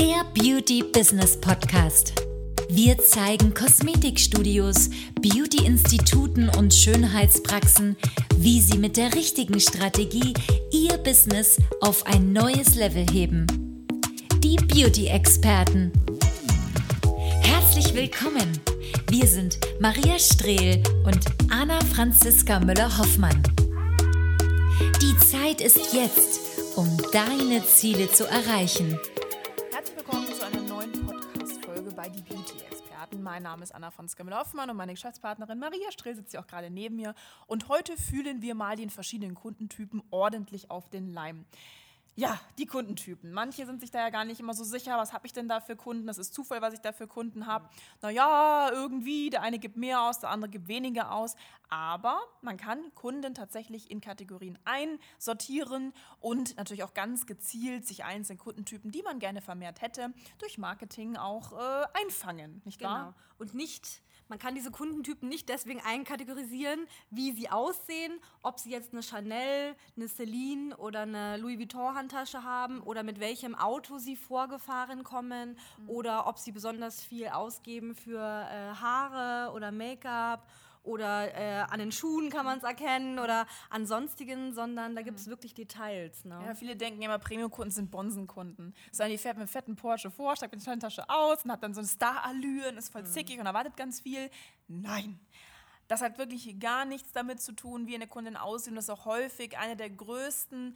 Der Beauty Business Podcast. Wir zeigen Kosmetikstudios, Beauty-Instituten und Schönheitspraxen, wie sie mit der richtigen Strategie ihr Business auf ein neues Level heben. Die Beauty-Experten. Herzlich willkommen. Wir sind Maria Strehl und Anna-Franziska Müller-Hoffmann. Die Zeit ist jetzt, um deine Ziele zu erreichen. Herzlich willkommen zu einer neuen Podcast-Folge bei Die Beauty-Experten. Mein Name ist Anna-Franziska Müller-Hoffmann und meine Geschäftspartnerin Maria Strehl sitzt hier auch gerade neben mir. Und heute fühlen wir mal den verschiedenen Kundentypen ordentlich auf den Leim. Ja, die Kundentypen. Manche sind sich da ja gar nicht immer so sicher, was habe ich denn da für Kunden? Das ist Zufall, was ich da für Kunden habe. Naja, irgendwie, der eine gibt mehr aus, der andere gibt weniger aus. Aber man kann Kunden tatsächlich in Kategorien einsortieren und natürlich auch ganz gezielt sich einzelne Kundentypen, die man gerne vermehrt hätte, durch Marketing auch einfangen, nicht wahr? Genau. Und man kann diese Kundentypen nicht deswegen einkategorisieren, wie sie aussehen, ob sie jetzt eine Chanel, eine Celine oder eine Louis Vuitton Handtasche haben oder mit welchem Auto sie vorgefahren kommen oder ob sie besonders viel ausgeben für Haare oder Make-up oder an den Schuhen kann man es erkennen oder an sonstigen, sondern da gibt es wirklich Details. Ne? Ja, viele denken immer, Premium-Kunden sind Bonsenkunden. Die fährt mit einem fetten Porsche vor, steigt mit der Tasche aus und hat dann so eine Star-Allüren, ist voll zickig und erwartet ganz viel. Nein. Das hat wirklich gar nichts damit zu tun, wie eine Kundin aussieht. Und das ist auch häufig eine der größten,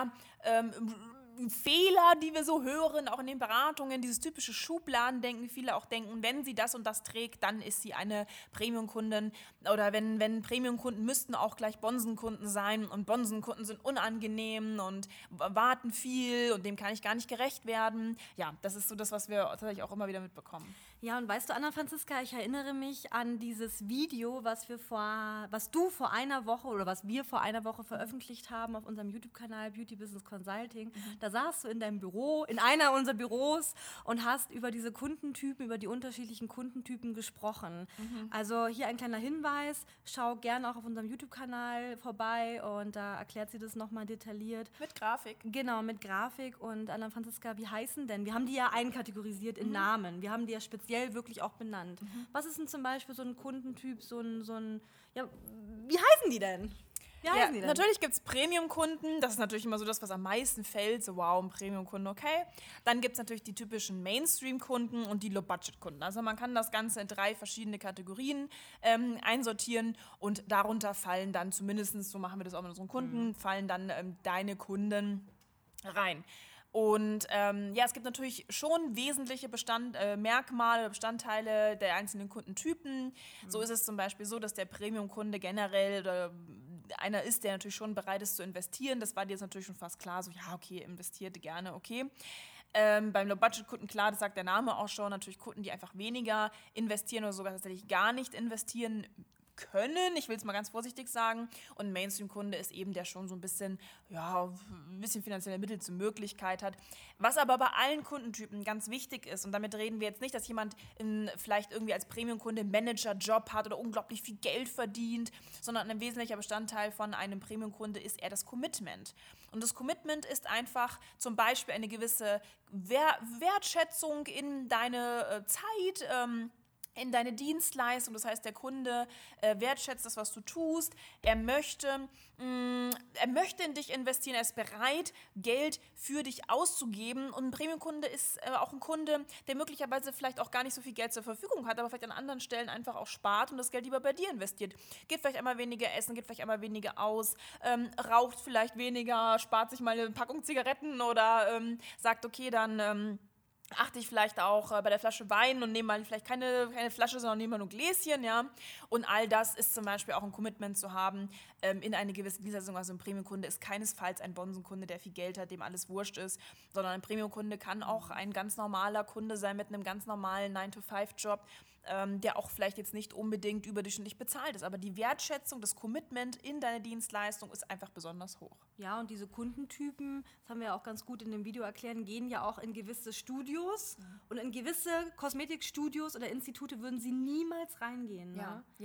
Fehler, die wir so hören, auch in den Beratungen, dieses typische Schubladendenken, viele auch denken, wenn sie das und das trägt, dann ist sie eine Premium-Kundin oder wenn Premium-Kunden müssten auch gleich Bonsenkunden sein und Bonsenkunden sind unangenehm und warten viel und dem kann ich gar nicht gerecht werden. Ja, das ist so das, was wir tatsächlich auch immer wieder mitbekommen. Ja, und weißt du, Anna-Franziska, ich erinnere mich an dieses Video, was wir vor einer Woche veröffentlicht haben auf unserem YouTube-Kanal Beauty Business Consulting. Da saßt du in deinem Büro, in einer unserer Büros und hast über diese Kundentypen, über die unterschiedlichen Kundentypen gesprochen. Also hier ein kleiner Hinweis, schau gerne auch auf unserem YouTube-Kanal vorbei und da erklärt sie das nochmal detailliert. Mit Grafik. Genau, mit Grafik. Und Anna-Franziska, wie heißen denn? Wir haben die ja einkategorisiert in Namen. Wir haben die ja speziell wirklich auch benannt. Was ist denn zum Beispiel so ein Kundentyp, wie heißen die denn? Natürlich gibt es Premium-Kunden, das ist natürlich immer so das, was am meisten fällt, so wow, ein Premium-Kunde, okay. Dann gibt es natürlich die typischen Mainstream-Kunden und die Low-Budget-Kunden. Also man kann das Ganze in 3 verschiedene Kategorien einsortieren und darunter fallen dann zumindest, so machen wir das auch mit unseren Kunden, fallen dann deine Kunden rein. Und es gibt natürlich schon wesentliche Merkmale, Bestandteile der einzelnen Kundentypen. So ist es zum Beispiel so, dass der Premium-Kunde generell oder einer ist, der natürlich schon bereit ist zu investieren. Das war dir jetzt natürlich schon fast klar, so ja, okay, investierte gerne, okay. Beim Low-Budget-Kunden, klar, das sagt der Name auch schon, natürlich Kunden, die einfach weniger investieren oder sogar tatsächlich gar nicht investieren können, ich will es mal ganz vorsichtig sagen, und ein Mainstream-Kunde ist eben, der schon so ein bisschen finanzielle Mittel zur Möglichkeit hat. Was aber bei allen Kundentypen ganz wichtig ist, und damit reden wir jetzt nicht, dass jemand vielleicht irgendwie als Premium-Kunde einen Manager-Job hat oder unglaublich viel Geld verdient, sondern ein wesentlicher Bestandteil von einem Premium-Kunde ist eher das Commitment. Und das Commitment ist einfach zum Beispiel eine gewisse Wertschätzung in deine Zeit, in deine Dienstleistung, das heißt, der Kunde wertschätzt das, was du tust, er möchte in dich investieren, er ist bereit, Geld für dich auszugeben und ein Premium-Kunde ist auch ein Kunde, der möglicherweise vielleicht auch gar nicht so viel Geld zur Verfügung hat, aber vielleicht an anderen Stellen einfach auch spart und das Geld lieber bei dir investiert. Geht vielleicht einmal weniger essen, geht vielleicht einmal weniger aus, raucht vielleicht weniger, spart sich mal eine Packung Zigaretten oder sagt, okay, dann achte ich vielleicht auch bei der Flasche Wein und nehme mal vielleicht keine Flasche, sondern nehme mal nur Gläschen, ja. Und all das ist zum Beispiel auch ein Commitment zu haben in eine gewisse Dienstleistung. Also ein Premium-Kunde ist keinesfalls ein Bonsenkunde, der viel Geld hat, dem alles wurscht ist, sondern ein Premium-Kunde kann auch ein ganz normaler Kunde sein mit einem ganz normalen 9-to-5-Job, der auch vielleicht jetzt nicht unbedingt überdurchschnittlich bezahlt ist. Aber die Wertschätzung, das Commitment in deine Dienstleistung ist einfach besonders hoch. Ja, und diese Kundentypen, das haben wir ja auch ganz gut in dem Video erklärt, gehen ja auch in gewisse Studios und in gewisse Kosmetikstudios oder Institute würden sie niemals reingehen. Ne? Ja.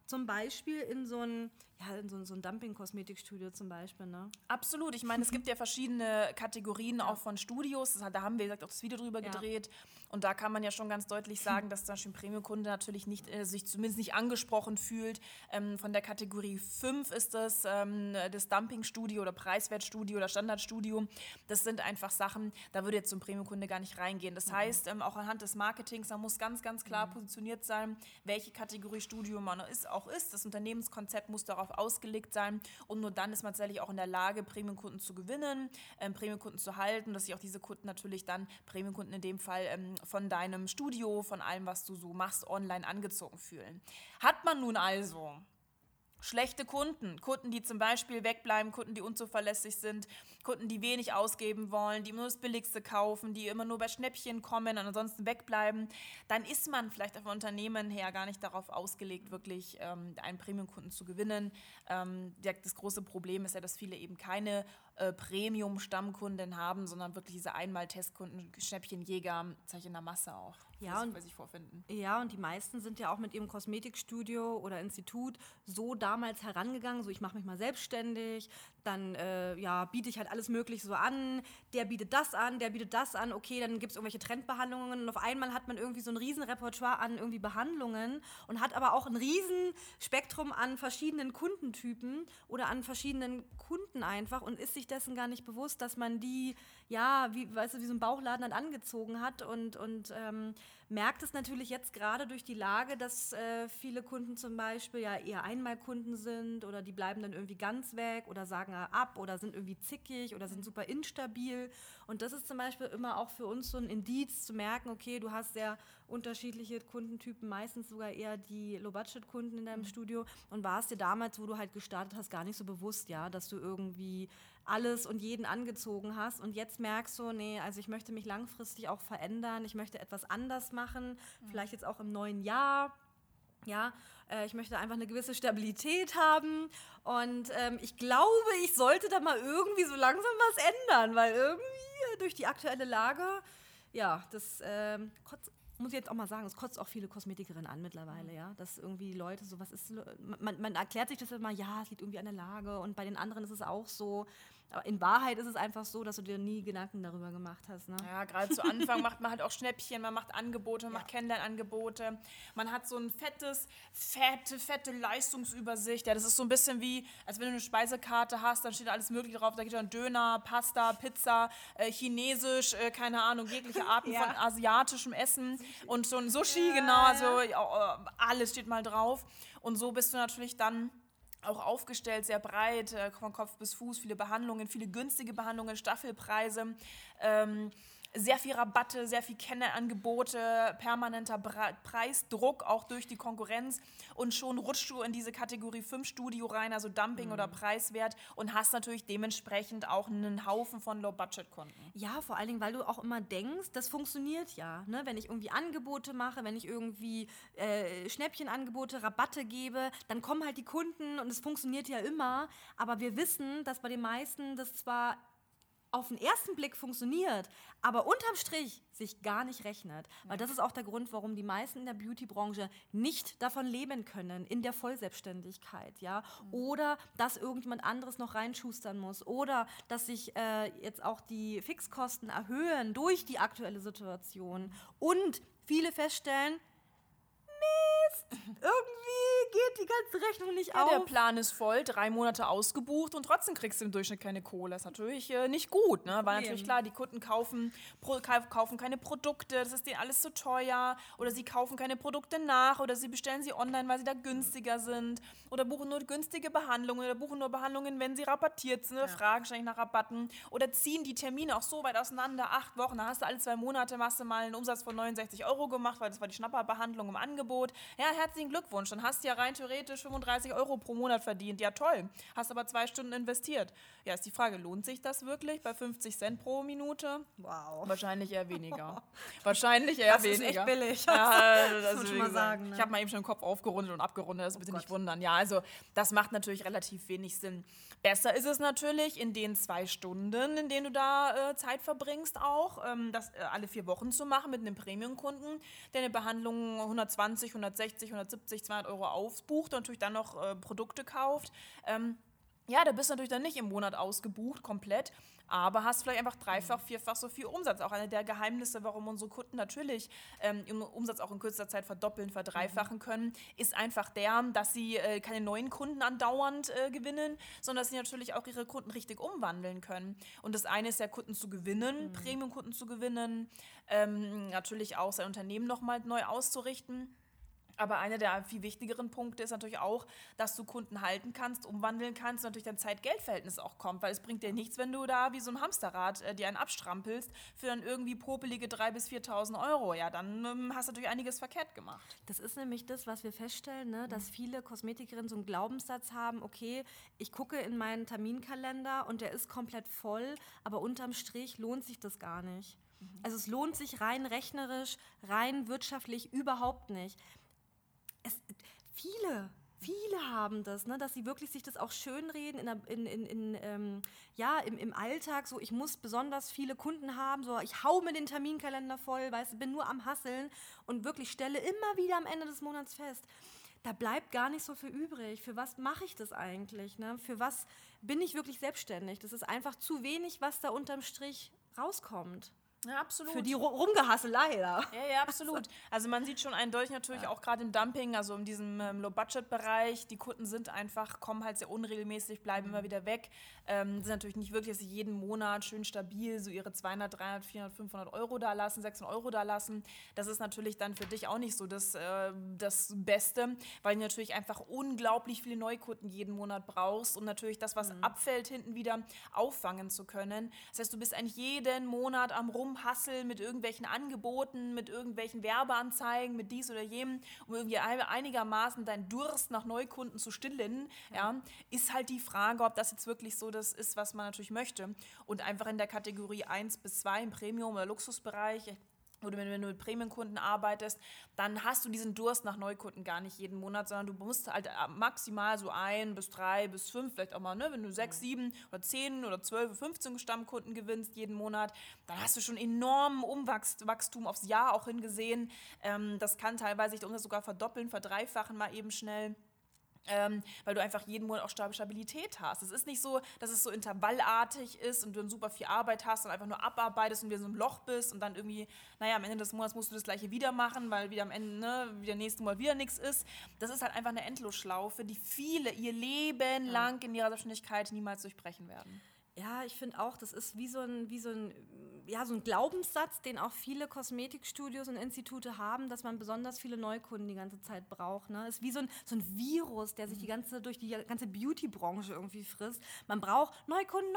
zum Beispiel in so ein Dumping-Kosmetikstudio zum Beispiel, ne? Absolut. Ich meine, es gibt ja verschiedene Kategorien auch von Studios. Da haben wir, wie gesagt, auch das Video drüber gedreht. Und da kann man ja schon ganz deutlich sagen, dass zum Beispiel ein Premium-Kunde natürlich nicht, sich zumindest nicht angesprochen fühlt. Von der Kategorie 5 ist das Dumping-Studio oder Preiswertstudio oder Standardstudio. Das sind einfach Sachen, da würde jetzt so ein Premium-Kunde gar nicht reingehen. Das heißt, auch anhand des Marketings, da muss ganz, ganz klar positioniert sein, welche Kategorie Studio man ist. Das Unternehmenskonzept muss darauf ausgelegt sein und nur dann ist man tatsächlich auch in der Lage, Premium-Kunden zu gewinnen, Premium-Kunden zu halten, dass sich auch diese Kunden natürlich dann, Premium-Kunden in dem Fall, von deinem Studio, von allem, was du so machst, online angezogen fühlen. Hat man nun also schlechte Kunden, die zum Beispiel wegbleiben, Kunden, die unzuverlässig sind, Kunden, die wenig ausgeben wollen, die immer nur das Billigste kaufen, die immer nur bei Schnäppchen kommen und ansonsten wegbleiben, dann ist man vielleicht auf Unternehmen her gar nicht darauf ausgelegt, wirklich einen Premium-Kunden zu gewinnen. Das große Problem ist ja, dass viele eben keine Premium-Stammkunden haben, sondern wirklich diese Einmal-Testkunden, Schnäppchenjäger, in der Masse auch, und sich vorfinden. Ja, und die meisten sind ja auch mit ihrem Kosmetikstudio oder Institut so damals herangegangen, so ich mache mich mal selbstständig, dann biete ich halt alles Mögliche so an, der bietet das an, okay, dann gibt es irgendwelche Trendbehandlungen und auf einmal hat man irgendwie so ein riesen Repertoire an irgendwie Behandlungen und hat aber auch ein riesen Spektrum an verschiedenen Kundentypen oder an verschiedenen Kunden einfach und ist sich dessen gar nicht bewusst, dass man die, wie so ein Bauchladen dann angezogen hat und merkt es natürlich jetzt gerade durch die Lage, dass viele Kunden zum Beispiel ja eher Einmalkunden sind oder die bleiben dann irgendwie ganz weg oder sagen ab oder sind irgendwie zickig oder sind super instabil. Und das ist zum Beispiel immer auch für uns so ein Indiz zu merken, okay, du hast sehr unterschiedliche Kundentypen, meistens sogar eher die Low-Budget-Kunden in deinem Studio und warst dir damals, wo du halt gestartet hast, gar nicht so bewusst, dass du irgendwie alles und jeden angezogen hast und jetzt merkst du, also ich möchte mich langfristig auch verändern, ich möchte etwas anders machen, vielleicht jetzt auch im neuen Jahr, ich möchte einfach eine gewisse Stabilität haben und ich glaube, ich sollte da mal irgendwie so langsam was ändern, weil irgendwie durch die aktuelle Lage, das muss ich jetzt auch mal sagen, es kotzt auch viele Kosmetikerinnen an mittlerweile, dass irgendwie Leute so, man erklärt sich das immer, es liegt irgendwie an der Lage und bei den anderen ist es auch so. Aber in Wahrheit ist es einfach so, dass du dir nie Gedanken darüber gemacht hast. Ne? Ja, gerade zu Anfang macht man halt auch Schnäppchen, man macht Angebote, man macht Kennenlernangebote. Man hat so ein fette Leistungsübersicht. Ja, das ist so ein bisschen wie, als wenn du eine Speisekarte hast, dann steht da alles Mögliche drauf. Da geht dann Döner, Pasta, Pizza, Chinesisch, keine Ahnung, jegliche Arten von asiatischem Essen. Und so ein Sushi, also alles steht mal drauf. Und so bist du natürlich dann auch aufgestellt, sehr breit, von Kopf bis Fuß, viele Behandlungen, viele günstige Behandlungen, Staffelpreise, sehr viel Rabatte, sehr viel Kennenangebote, permanenter Preisdruck, auch durch die Konkurrenz und schon rutschst du in diese Kategorie 5 Studio rein, also Dumping oder preiswert und hast natürlich dementsprechend auch einen Haufen von Low-Budget-Kunden. Ja, vor allen Dingen, weil du auch immer denkst, das funktioniert ne? Wenn ich irgendwie Angebote mache, wenn ich irgendwie Schnäppchenangebote, Rabatte gebe, dann kommen halt die Kunden und es funktioniert ja immer, aber wir wissen, dass bei den meisten das zwar auf den ersten Blick funktioniert, aber unterm Strich sich gar nicht rechnet. Weil das ist auch der Grund, warum die meisten in der Beauty-Branche nicht davon leben können, in der Vollselbstständigkeit, oder dass irgendjemand anderes noch reinschustern muss oder dass sich jetzt auch die Fixkosten erhöhen durch die aktuelle Situation und viele feststellen, irgendwie geht die ganze Rechnung nicht auf. Der Plan ist voll, 3 Monate ausgebucht und trotzdem kriegst du im Durchschnitt keine Kohle. Das ist natürlich nicht gut, ne? Weil natürlich klar, die Kunden kaufen keine Produkte, das ist denen alles zu teuer oder sie kaufen keine Produkte nach oder sie bestellen sie online, weil sie da günstiger sind oder buchen nur günstige Behandlungen oder buchen nur Behandlungen, wenn sie rabattiert sind oder fragen ständig nach Rabatten oder ziehen die Termine auch so weit auseinander, 8 Wochen, da hast du alle 2 Monate, machst du mal einen Umsatz von 69 € gemacht, weil das war die Schnapperbehandlung im Angebot. Ja, herzlichen Glückwunsch, dann hast du ja rein theoretisch 35 € pro Monat verdient. Ja, toll, hast aber 2 Stunden investiert. Ja, ist die Frage, lohnt sich das wirklich bei 50 Cent pro Minute? Wow. Wahrscheinlich eher weniger. Wahrscheinlich eher das weniger. Das ist echt billig. Ja, das muss man sagen. Ne? Ich habe mal eben schon den Kopf aufgerundet und abgerundet, das bitte nicht wundern. Ja, also das macht natürlich relativ wenig Sinn. Besser ist es natürlich in den 2 Stunden, in denen du da Zeit verbringst auch, das alle 4 Wochen zu machen mit einem Premium-Kunden, der eine Behandlung 120, 160 160, 170, 200 € aufbucht und natürlich dann noch Produkte kauft, ja, da bist du natürlich dann nicht im Monat ausgebucht komplett, aber hast vielleicht einfach 3-fach, 4-fach so viel Umsatz. Auch eine der Geheimnisse, warum unsere Kunden natürlich ihren Umsatz auch in kürzester Zeit verdoppeln, verdreifachen können, ist einfach dass sie keine neuen Kunden andauernd gewinnen, sondern dass sie natürlich auch ihre Kunden richtig umwandeln können. Und das eine ist ja, Kunden zu gewinnen, Premium-Kunden zu gewinnen, natürlich auch sein Unternehmen nochmal neu auszurichten. Aber einer der viel wichtigeren Punkte ist natürlich auch, dass du Kunden halten kannst, umwandeln kannst und natürlich dein Zeit-Geld-Verhältnis auch kommt, weil es bringt dir nichts, wenn du da wie so ein Hamsterrad dir einen abstrampelst für dann irgendwie popelige 3.000 bis 4.000 €. Ja, dann hast du natürlich einiges verkehrt gemacht. Das ist nämlich das, was wir feststellen, ne? Dass viele Kosmetikerinnen so einen Glaubenssatz haben, okay, ich gucke in meinen Terminkalender und der ist komplett voll, aber unterm Strich lohnt sich das gar nicht. Also es lohnt sich rein rechnerisch, rein wirtschaftlich überhaupt nicht. Viele haben das, ne, dass sie wirklich sich das auch schönreden im Alltag, so ich muss besonders viele Kunden haben, so ich hau mir den Terminkalender voll, weißt du, bin nur am Hasseln und wirklich stelle immer wieder am Ende des Monats fest, da bleibt gar nicht so viel übrig. Für was mache ich das eigentlich? Ne? Für was bin ich wirklich selbstständig? Das ist einfach zu wenig, was da unterm Strich rauskommt. Ja, absolut. Für die Rumgehasselei da. Ja, absolut. Also man sieht schon eindeutig natürlich auch gerade im Dumping, also in diesem Low-Budget-Bereich, die Kunden kommen halt sehr unregelmäßig, bleiben immer wieder weg. Sind natürlich nicht wirklich, dass sie jeden Monat schön stabil so ihre 200, 300, 400, 500 € da lassen, 600 € da lassen. Das ist natürlich dann für dich auch nicht so das Beste, weil du natürlich einfach unglaublich viele Neukunden jeden Monat brauchst, um natürlich das, was abfällt, hinten wieder auffangen zu können. Das heißt, du bist eigentlich jeden Monat am Rumhasseln mit irgendwelchen Angeboten, mit irgendwelchen Werbeanzeigen, mit dies oder jenem, um irgendwie einigermaßen deinen Durst nach Neukunden zu stillen, ist halt die Frage, ob das jetzt wirklich so das ist, was man natürlich möchte. Und einfach in der Kategorie 1 bis 2 im Premium- oder Luxusbereich, oder wenn du mit Prämienkunden arbeitest, dann hast du diesen Durst nach Neukunden gar nicht jeden Monat, sondern du musst halt maximal so 1 bis 3 bis 5, vielleicht auch mal, ne, wenn du 6, 7 oder 10 oder 12, 15 Stammkunden gewinnst jeden Monat, dann hast du schon enormen Umwachstum aufs Jahr auch hingesehen. Das kann teilweise sich sogar verdoppeln, verdreifachen mal eben schnell. Weil du einfach jeden Monat auch Stabilität hast. Es ist nicht so, dass es so intervallartig ist und du dann super viel Arbeit hast und einfach nur abarbeitest und wieder in so einem Loch bist und dann irgendwie, am Ende des Monats musst du das Gleiche wieder machen, weil wieder am Ende, wieder nächsten Monat wieder nichts ist. Das ist halt einfach eine Endlosschlaufe, die viele ihr Leben lang in ihrer Selbstständigkeit niemals durchbrechen werden. Ja, ich finde auch, das ist wie so ein Glaubenssatz, den auch viele Kosmetikstudios und Institute haben, dass man besonders viele Neukunden die ganze Zeit braucht. Ne? Es ist wie so ein Virus, der sich durch die ganze Beauty-Branche irgendwie frisst. Man braucht Neukunden,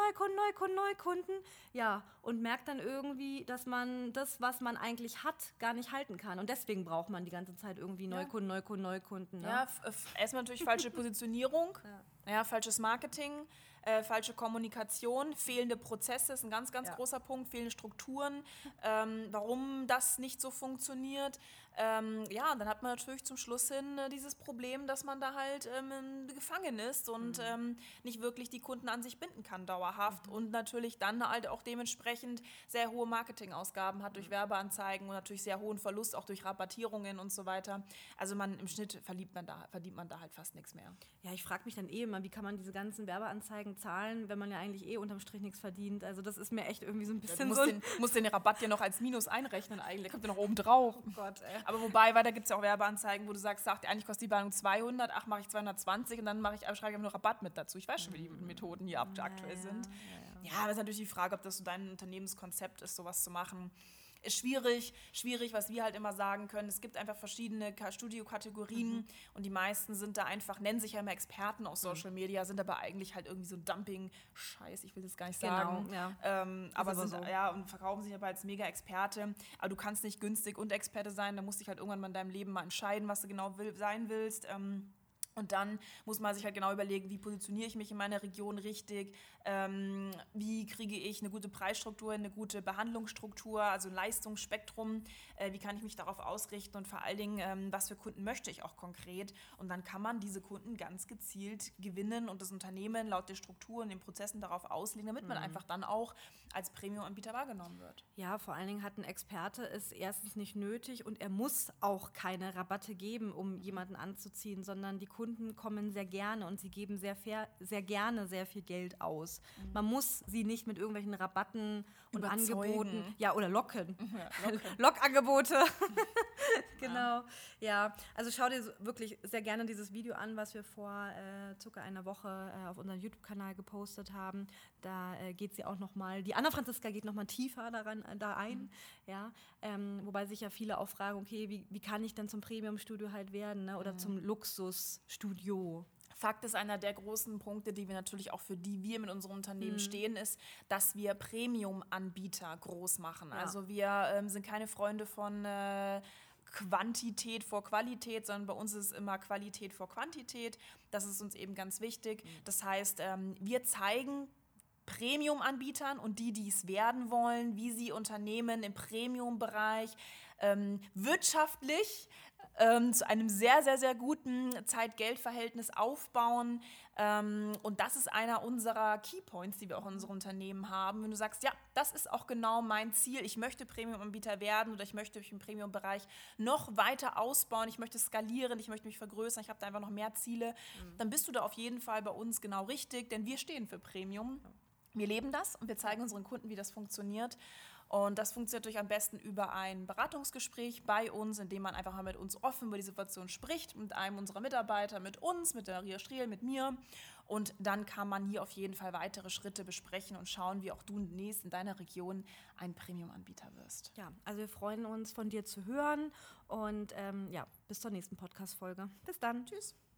ja, und merkt dann irgendwie, dass man das, was man eigentlich hat, gar nicht halten kann. Und deswegen braucht man die ganze Zeit irgendwie Neukunden. Ne? Ja, erstmal natürlich falsche Positionierung, falsches Marketing, falsche Kommunikation, fehlende Prozesse ist ein ganz, ganz großer Punkt, fehlende Strukturen, warum das nicht so funktioniert. Dann hat man natürlich zum Schluss hin dieses Problem, dass man da halt gefangen ist und nicht wirklich die Kunden an sich binden kann dauerhaft und natürlich dann halt auch dementsprechend sehr hohe Marketingausgaben hat durch Werbeanzeigen und natürlich sehr hohen Verlust auch durch Rabattierungen und so weiter. Also im Schnitt verdient man da halt fast nichts mehr. Ja, ich frage mich dann immer, wie kann man diese ganzen Werbeanzeigen zahlen, wenn man ja eigentlich unterm Strich nichts verdient. Also das ist mir echt irgendwie so ein bisschen du musst den Rabatt ja noch als Minus einrechnen eigentlich, der kommt ja noch oben drauf. Oh Gott, ey. Aber wobei, weil da gibt es ja auch Werbeanzeigen, wo du sagst, eigentlich kostet die Behandlung 200, mache ich 220 und dann schreibe ich einfach nur Rabatt mit dazu. Ich weiß schon, wie die Methoden hier aktuell sind. Ja, aber es ist natürlich die Frage, ob das so dein Unternehmenskonzept ist, sowas zu machen. Ist schwierig, was wir halt immer sagen können. Es gibt einfach verschiedene Studiokategorien und die meisten sind da einfach, nennen sich ja immer Experten auf Social Media, sind aber eigentlich halt irgendwie so Dumping-Scheiß, ich will das gar nicht sagen. Aber und verkaufen sich aber als Mega-Experte. Aber du kannst nicht günstig und Experte sein, da musst du dich halt irgendwann mal in deinem Leben mal entscheiden, was du genau sein willst. Und dann muss man sich halt genau überlegen, wie positioniere ich mich in meiner Region richtig, wie kriege ich eine gute Preisstruktur, eine gute Behandlungsstruktur, also ein Leistungsspektrum, wie kann ich mich darauf ausrichten und vor allen Dingen, was für Kunden möchte ich auch konkret. Und dann kann man diese Kunden ganz gezielt gewinnen und das Unternehmen laut der Struktur und den Prozessen darauf auslegen, damit man einfach dann auch als Premium-Anbieter wahrgenommen wird. Ja, vor allen Dingen hat ein Experte es erstens nicht nötig und er muss auch keine Rabatte geben, um jemanden anzuziehen, sondern die Kunden kommen sehr gerne und sie geben sehr gerne sehr viel Geld aus. Man muss sie nicht mit irgendwelchen Rabatten und Überzeugen. Angeboten, ja, oder locken. Ja, locken. Lockangebote. Genau. Ja, also schau dir wirklich sehr gerne dieses Video an, was wir vor circa einer Woche auf unserem YouTube-Kanal gepostet haben. Da geht sie auch nochmal, die Anna-Franziska geht nochmal tiefer da ein. Ja, wobei sich ja viele auch fragen, okay, wie kann ich denn zum Premium-Studio halt werden, ne? Oder zum Luxusstudio? Fakt ist, einer der großen Punkte, die wir natürlich auch für die wir mit unserem Unternehmen stehen, ist, dass wir Premium-Anbieter groß machen. Ja. Also wir sind keine Freunde von Quantität vor Qualität, sondern bei uns ist es immer Qualität vor Quantität. Das ist uns eben ganz wichtig. Das heißt, wir zeigen Premium-Anbietern und die es werden wollen, wie sie Unternehmen im Premium-Bereich wirtschaftlich zu einem sehr, sehr, sehr guten Zeit-Geld-Verhältnis aufbauen. Und das ist einer unserer Keypoints, die wir auch in unserem Unternehmen haben. Wenn du sagst, ja, das ist auch genau mein Ziel, ich möchte Premium-Anbieter werden oder ich möchte mich im Premium-Bereich noch weiter ausbauen, ich möchte skalieren, ich möchte mich vergrößern, ich habe da einfach noch mehr Ziele, dann bist du da auf jeden Fall bei uns genau richtig, denn wir stehen für Premium. Wir leben das und wir zeigen unseren Kunden, wie das funktioniert. Und das funktioniert natürlich am besten über ein Beratungsgespräch bei uns, in dem man einfach mal mit uns offen über die Situation spricht, mit einem unserer Mitarbeiter, mit uns, mit der Ria Striel, mit mir. Und dann kann man hier auf jeden Fall weitere Schritte besprechen und schauen, wie auch du demnächst in deiner Region ein Premium-Anbieter wirst. Ja, also wir freuen uns, von dir zu hören und ja, bis zur nächsten Podcast-Folge. Bis dann. Tschüss.